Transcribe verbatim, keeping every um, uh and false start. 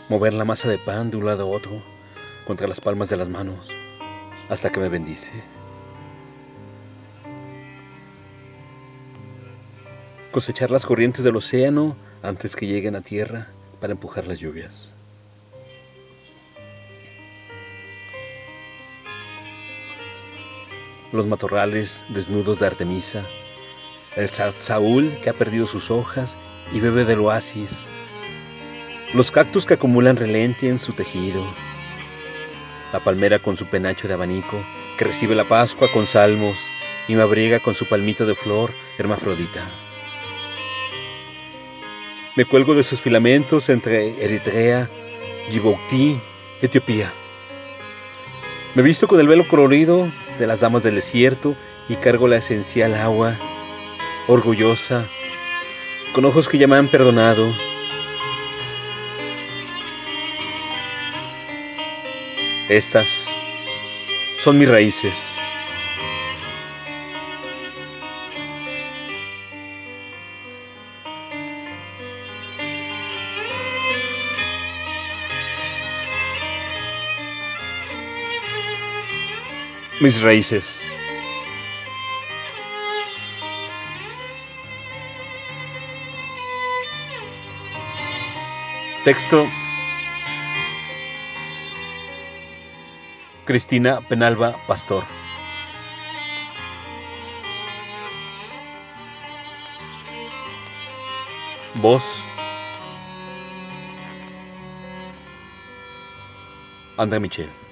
mover la masa de pan de un lado a otro contra las palmas de las manos hasta que me bendice. Cosechar las corrientes del océano antes que lleguen a tierra para empujar las lluvias. Los matorrales desnudos de Artemisa, el Saúl que ha perdido sus hojas y bebe del oasis, los cactus que acumulan relente en su tejido, la palmera con su penacho de abanico que recibe la Pascua con salmos y me abriga con su palmito de flor hermafrodita. Me cuelgo de sus filamentos entre Eritrea, Djibouti, Etiopía. Me visto con el velo colorido de las damas del desierto y cargo la esencial agua, orgullosa, con ojos que ya me han perdonado. Estas son mis raíces. Mis raíces. Texto: Cristina Penalba Pastor. Voz: André Michel.